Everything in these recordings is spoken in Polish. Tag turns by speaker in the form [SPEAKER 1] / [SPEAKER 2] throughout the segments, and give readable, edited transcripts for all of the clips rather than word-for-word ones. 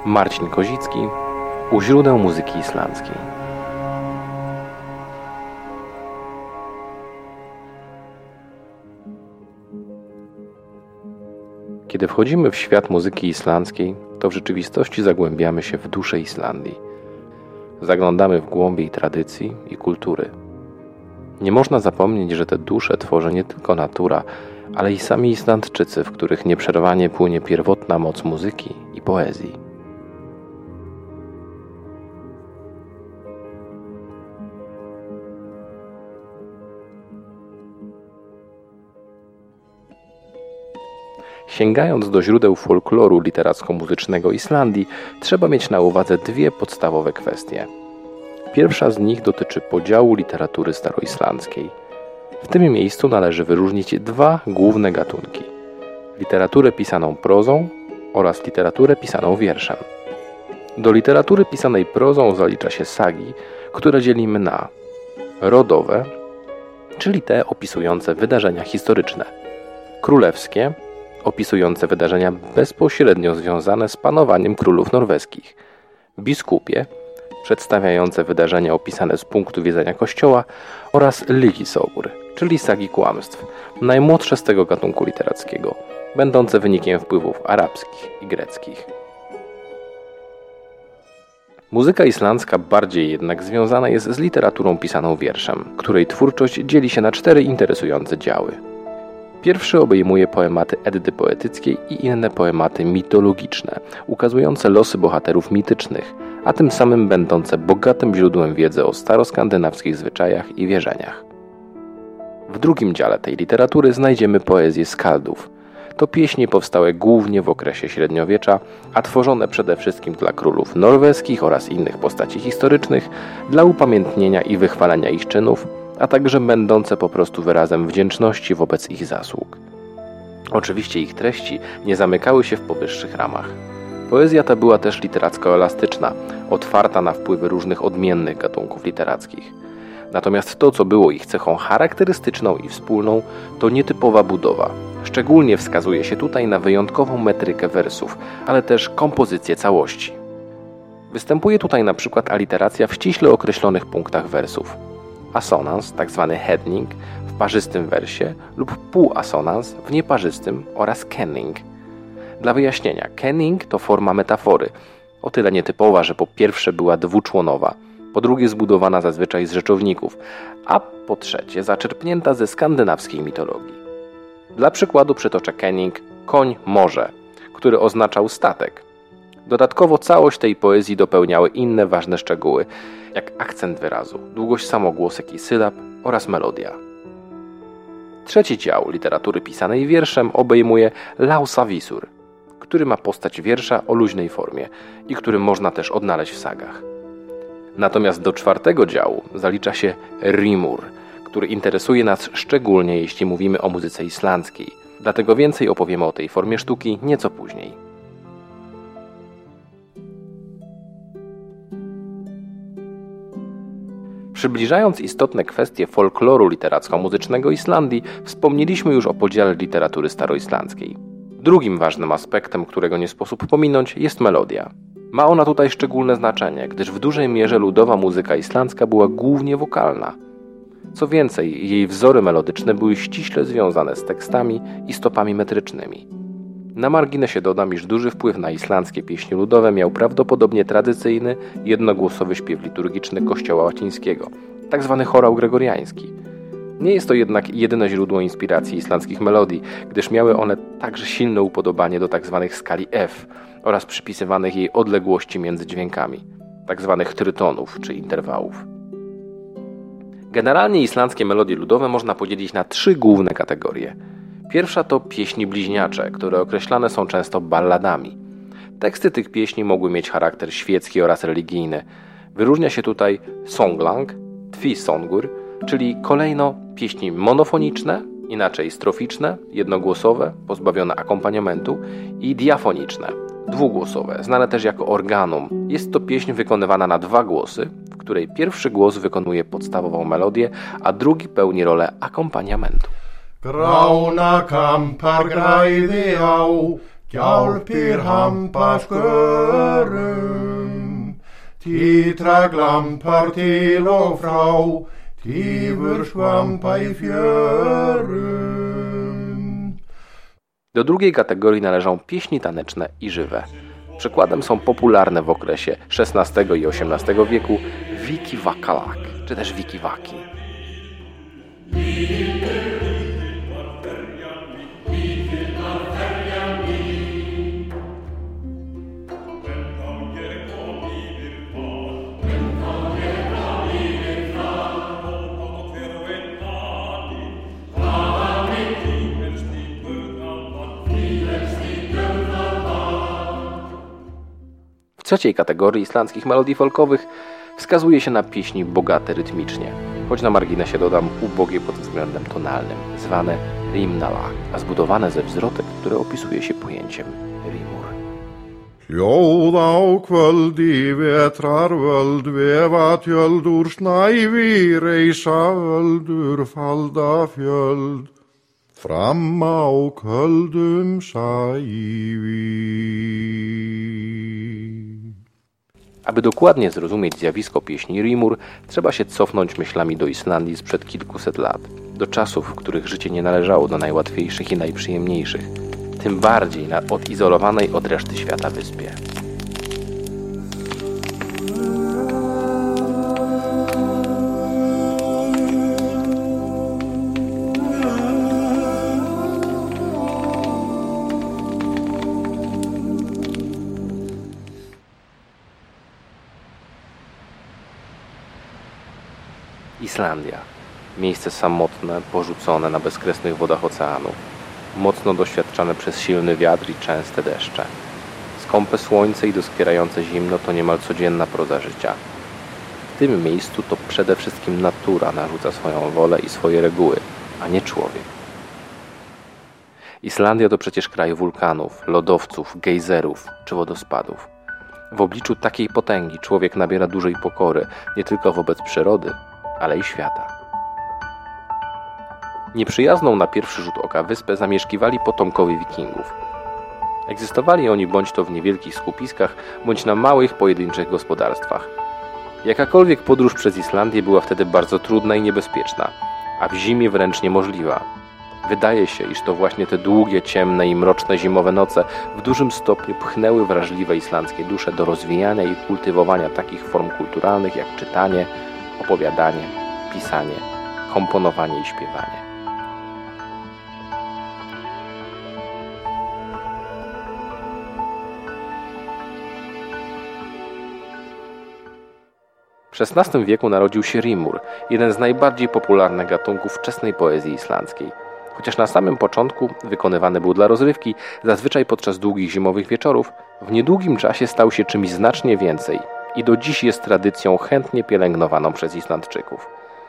[SPEAKER 1] Marcin Kozicki u źródeł muzyki islandzkiej. Kiedy wchodzimy w świat muzyki islandzkiej, to w rzeczywistości zagłębiamy się w duszę Islandii. Zaglądamy w głąb jej tradycji i kultury. Nie można zapomnieć, że te dusze tworzy nie tylko natura, ale i sami Islandczycy, w których nieprzerwanie płynie pierwotna moc muzyki i poezji. Sięgając do źródeł folkloru literacko-muzycznego Islandii, trzeba mieć na uwadze dwie podstawowe kwestie. Pierwsza z nich dotyczy podziału literatury staroislandzkiej. W tym miejscu należy wyróżnić dwa główne gatunki: literaturę pisaną prozą oraz literaturę pisaną wierszem. Do literatury pisanej prozą zalicza się sagi, które dzielimy na rodowe, czyli te opisujące wydarzenia historyczne, królewskie, opisujące wydarzenia bezpośrednio związane z panowaniem królów norweskich, biskupie, przedstawiające wydarzenia opisane z punktu widzenia Kościoła oraz lygisogur, czyli sagi kłamstw, najmłodsze z tego gatunku literackiego, będące wynikiem wpływów arabskich i greckich. Muzyka islandzka bardziej jednak związana jest z literaturą pisaną wierszem, której twórczość dzieli się na 4 interesujące działy. Pierwszy obejmuje poematy Eddy poetyckiej i inne poematy mitologiczne, ukazujące losy bohaterów mitycznych, a tym samym będące bogatym źródłem wiedzy o staroskandynawskich zwyczajach i wierzeniach. W drugim dziale tej literatury znajdziemy poezję skaldów. To pieśni powstałe głównie w okresie średniowiecza, a tworzone przede wszystkim dla królów norweskich oraz innych postaci historycznych, dla upamiętnienia i wychwalania ich czynów, a także będące po prostu wyrazem wdzięczności wobec ich zasług. Oczywiście ich treści nie zamykały się w powyższych ramach. Poezja ta była też literacko-elastyczna, otwarta na wpływy różnych odmiennych gatunków literackich. Natomiast to, co było ich cechą charakterystyczną i wspólną, to nietypowa budowa. Szczególnie wskazuje się tutaj na wyjątkową metrykę wersów, ale też kompozycję całości. Występuje tutaj na przykład aliteracja w ściśle określonych punktach wersów. Asonans, tzw. heading, w parzystym wersie lub półasonans w nieparzystym oraz kenning. Dla wyjaśnienia, kenning to forma metafory, o tyle nietypowa, że po pierwsze była dwuczłonowa, po drugie zbudowana zazwyczaj z rzeczowników, a po trzecie zaczerpnięta ze skandynawskiej mitologii. Dla przykładu przytoczę kenning koń morze, który oznaczał statek. Dodatkowo całość tej poezji dopełniały inne ważne szczegóły, jak akcent wyrazu, długość samogłosek i sylab oraz melodia. Trzeci dział literatury pisanej wierszem obejmuje lausavisur, który ma postać wiersza o luźnej formie i który można też odnaleźć w sagach. Natomiast do czwartego działu zalicza się rimur, który interesuje nas szczególnie jeśli mówimy o muzyce islandzkiej. Dlatego więcej opowiemy o tej formie sztuki nieco później. Przybliżając istotne kwestie folkloru literacko-muzycznego Islandii, wspomnieliśmy już o podziale literatury staroislandzkiej. Drugim ważnym aspektem, którego nie sposób pominąć, jest melodia. Ma ona tutaj szczególne znaczenie, gdyż w dużej mierze ludowa muzyka islandzka była głównie wokalna. Co więcej, jej wzory melodyczne były ściśle związane z tekstami i stopami metrycznymi. Na marginesie dodam, iż duży wpływ na islandzkie pieśni ludowe miał prawdopodobnie tradycyjny, jednogłosowy śpiew liturgiczny kościoła łacińskiego, tzw. chorał gregoriański. Nie jest to jednak jedyne źródło inspiracji islandzkich melodii, gdyż miały one także silne upodobanie do tzw. skali F oraz przypisywanych jej odległości między dźwiękami, tzw. trytonów czy interwałów. Generalnie islandzkie melodie ludowe można podzielić na 3 główne kategorie. Pierwsza to pieśni bliźniacze, które określane są często balladami. Teksty tych pieśni mogły mieć charakter świecki oraz religijny. Wyróżnia się tutaj songlang, tvisongur, czyli kolejno pieśni monofoniczne, inaczej stroficzne, jednogłosowe, pozbawione akompaniamentu i diafoniczne, dwugłosowe, znane też jako organum. Jest to pieśń wykonywana na 2 głosy, w której pierwszy głos wykonuje podstawową melodię, a drugi pełni rolę akompaniamentu.
[SPEAKER 2] Grána kampar græði á, Hjálpir hampaskörum, titra glampar til og frá, tífur skvampa i fjörum.
[SPEAKER 1] Do drugiej kategorii należą pieśni taneczne i żywe. Przykładem są popularne w okresie XVI i XVIII wieku wiki-wakalak, czy też wiki-waki. W trzeciej kategorii islandzkich melodii folkowych wskazuje się na pieśni bogate rytmicznie, choć na marginesie dodam ubogie pod względem tonalnym, zwane rimnalag, a zbudowane ze wzrotek, które opisuje się pojęciem rimur.
[SPEAKER 2] Hljóð á kvöldi vetrarvöld vefa tjöld úr snævi reisa öldur falda fjöld fram á köldum sævi.
[SPEAKER 1] Aby dokładnie zrozumieć zjawisko pieśni rimur, trzeba się cofnąć myślami do Islandii sprzed kilkuset lat, do czasów, w których życie nie należało do najłatwiejszych i najprzyjemniejszych, tym bardziej na odizolowanej od reszty świata wyspie. Islandia. Miejsce samotne, porzucone na bezkresnych wodach oceanu. Mocno doświadczane przez silny wiatr i częste deszcze. Skąpe słońce i doskwierające zimno to niemal codzienna proza życia. W tym miejscu to przede wszystkim natura narzuca swoją wolę i swoje reguły, a nie człowiek. Islandia to przecież kraj wulkanów, lodowców, gejzerów czy wodospadów. W obliczu takiej potęgi człowiek nabiera dużej pokory nie tylko wobec przyrody, ale i świata. Nieprzyjazną na pierwszy rzut oka wyspę zamieszkiwali potomkowie wikingów. Egzystowali oni bądź to w niewielkich skupiskach, bądź na małych, pojedynczych gospodarstwach. Jakakolwiek podróż przez Islandię była wtedy bardzo trudna i niebezpieczna, a w zimie wręcz niemożliwa. Wydaje się, iż to właśnie te długie, ciemne i mroczne zimowe noce w dużym stopniu pchnęły wrażliwe islandzkie dusze do rozwijania i kultywowania takich form kulturalnych jak czytanie, opowiadanie, pisanie, komponowanie i śpiewanie. W XVI wieku narodził się rimur, jeden z najbardziej popularnych gatunków wczesnej poezji islandzkiej. Chociaż na samym początku wykonywany był dla rozrywki, zazwyczaj podczas długich zimowych wieczorów, w niedługim czasie stał się czymś znacznie więcej i do dziś jest tradycją chętnie pielęgnowaną przez Islandczyków.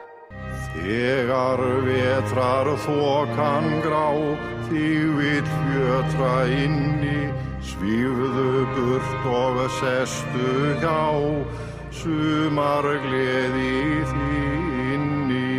[SPEAKER 2] Þegar vetrar þokan grá, því vill fjötra inni, svífðu burt og sestu hjá, sumar gleði þinni.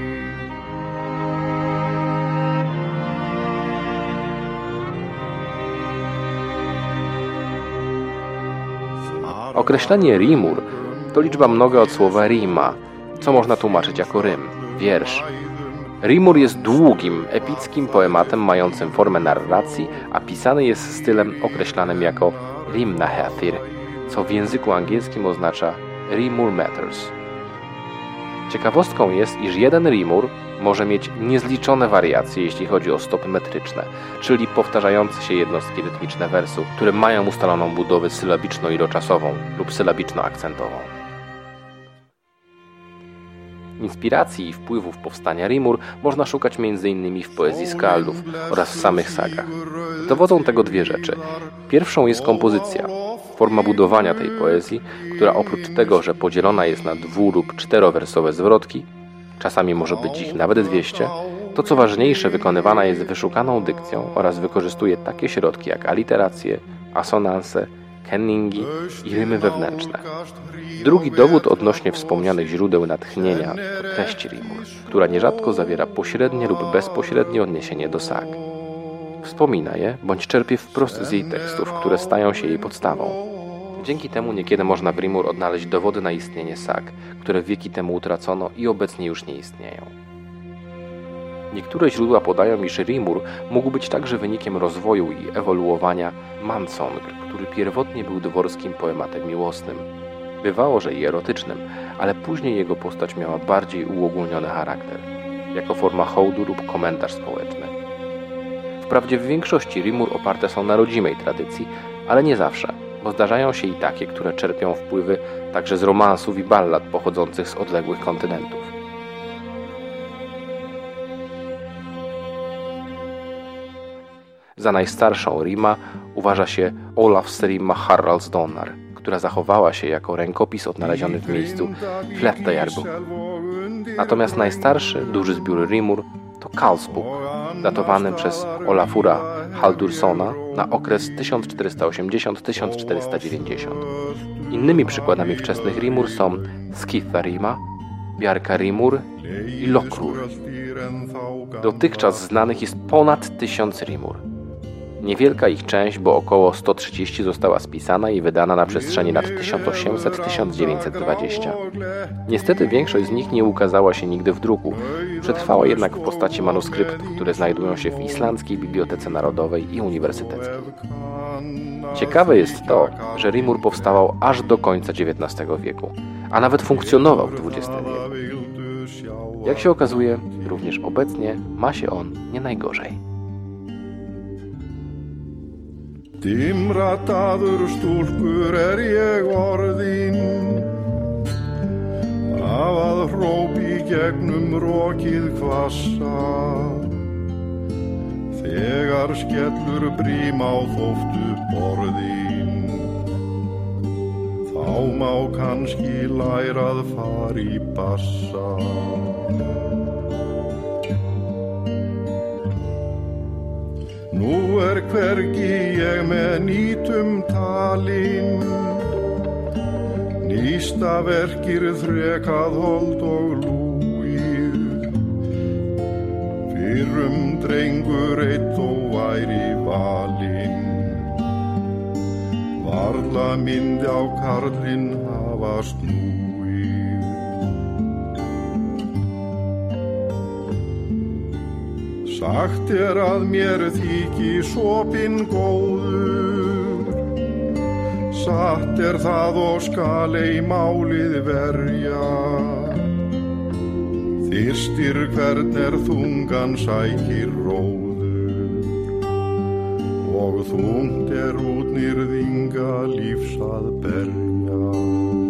[SPEAKER 1] Określenie rimur to liczba mnoga od słowa rima, co można tłumaczyć jako rym, wiersz. Rimur jest długim, epickim poematem mającym formę narracji, a pisany jest stylem określanym jako rimnaheðir, co w języku angielskim oznacza rimur meters. Ciekawostką jest, iż jeden rimur może mieć niezliczone wariacje, jeśli chodzi o stopy metryczne, czyli powtarzające się jednostki rytmiczne wersu, które mają ustaloną budowę sylabiczno-iloczasową lub sylabiczno-akcentową. Inspiracji i wpływów powstania rimur można szukać m.in. w poezji skaldów oraz w samych sagach. Dowodzą tego dwie rzeczy. Pierwszą jest kompozycja, forma budowania tej poezji, która oprócz tego, że podzielona jest na dwu- lub czterowersowe zwrotki, czasami może być ich nawet 200, to co ważniejsze wykonywana jest wyszukaną dykcją oraz wykorzystuje takie środki jak aliteracje, asonanse, kenningi i rymy wewnętrzne. Drugi dowód odnośnie wspomnianych źródeł natchnienia to treść rimur, która nierzadko zawiera pośrednie lub bezpośrednie odniesienie do sag. Wspomina je, bądź czerpie wprost z jej tekstów, które stają się jej podstawą. Dzięki temu niekiedy można w Rimur odnaleźć dowody na istnienie sag, które wieki temu utracono i obecnie już nie istnieją. Niektóre źródła podają, iż Rimur mógł być także wynikiem rozwoju i ewoluowania Mansongr, który pierwotnie był dworskim poematem miłosnym. Bywało, że i erotycznym, ale później jego postać miała bardziej uogólniony charakter, jako forma hołdu lub komentarz społeczny. Wprawdzie w większości Rimur oparte są na rodzimej tradycji, ale nie zawsze, bo zdarzają się i takie, które czerpią wpływy także z romansów i ballad pochodzących z odległych kontynentów. Za najstarszą Rima uważa się Olafsrima Haraldsdonar, która zachowała się jako rękopis odnaleziony w miejscu Flateyjarbók. Natomiast najstarszy, duży zbiór Rimur to Karlsbók, datowany przez Olafura Haldurssona na okres 1480-1490. Innymi przykładami wczesnych Rimur są Skitha-Rima, Bjarka-Rimur i Lokrur. Dotychczas znanych jest ponad 1000 Rimur. Niewielka ich część, bo około 130 została spisana i wydana na przestrzeni lat 1800-1920. Niestety większość z nich nie ukazała się nigdy w druku, przetrwała jednak w postaci manuskryptów, które znajdują się w Islandzkiej Bibliotece Narodowej i Uniwersyteckiej. Ciekawe jest to, że Rimur powstawał aż do końca XIX wieku, a nawet funkcjonował w XX wieku. Jak się okazuje, również obecnie ma się on nie najgorzej.
[SPEAKER 2] Dimrataður stúlkur ég orðin af að hrópi gegnum rokið hvassa þegar skellur brím á þóftu borðin þá má kannski lærað far í bassa. Nú hvergi ég með nýtum talin nýsta verkir þrekað hold og lúið fyrrum drengur eitt og væri valinn varla myndi á karlinn hafa snúið. Sagt að mér þyki sopinn góður satt það og skal ei málið verja þyrstir hvern þungan sækir róður og þungt út nýrðinga lífs að berja.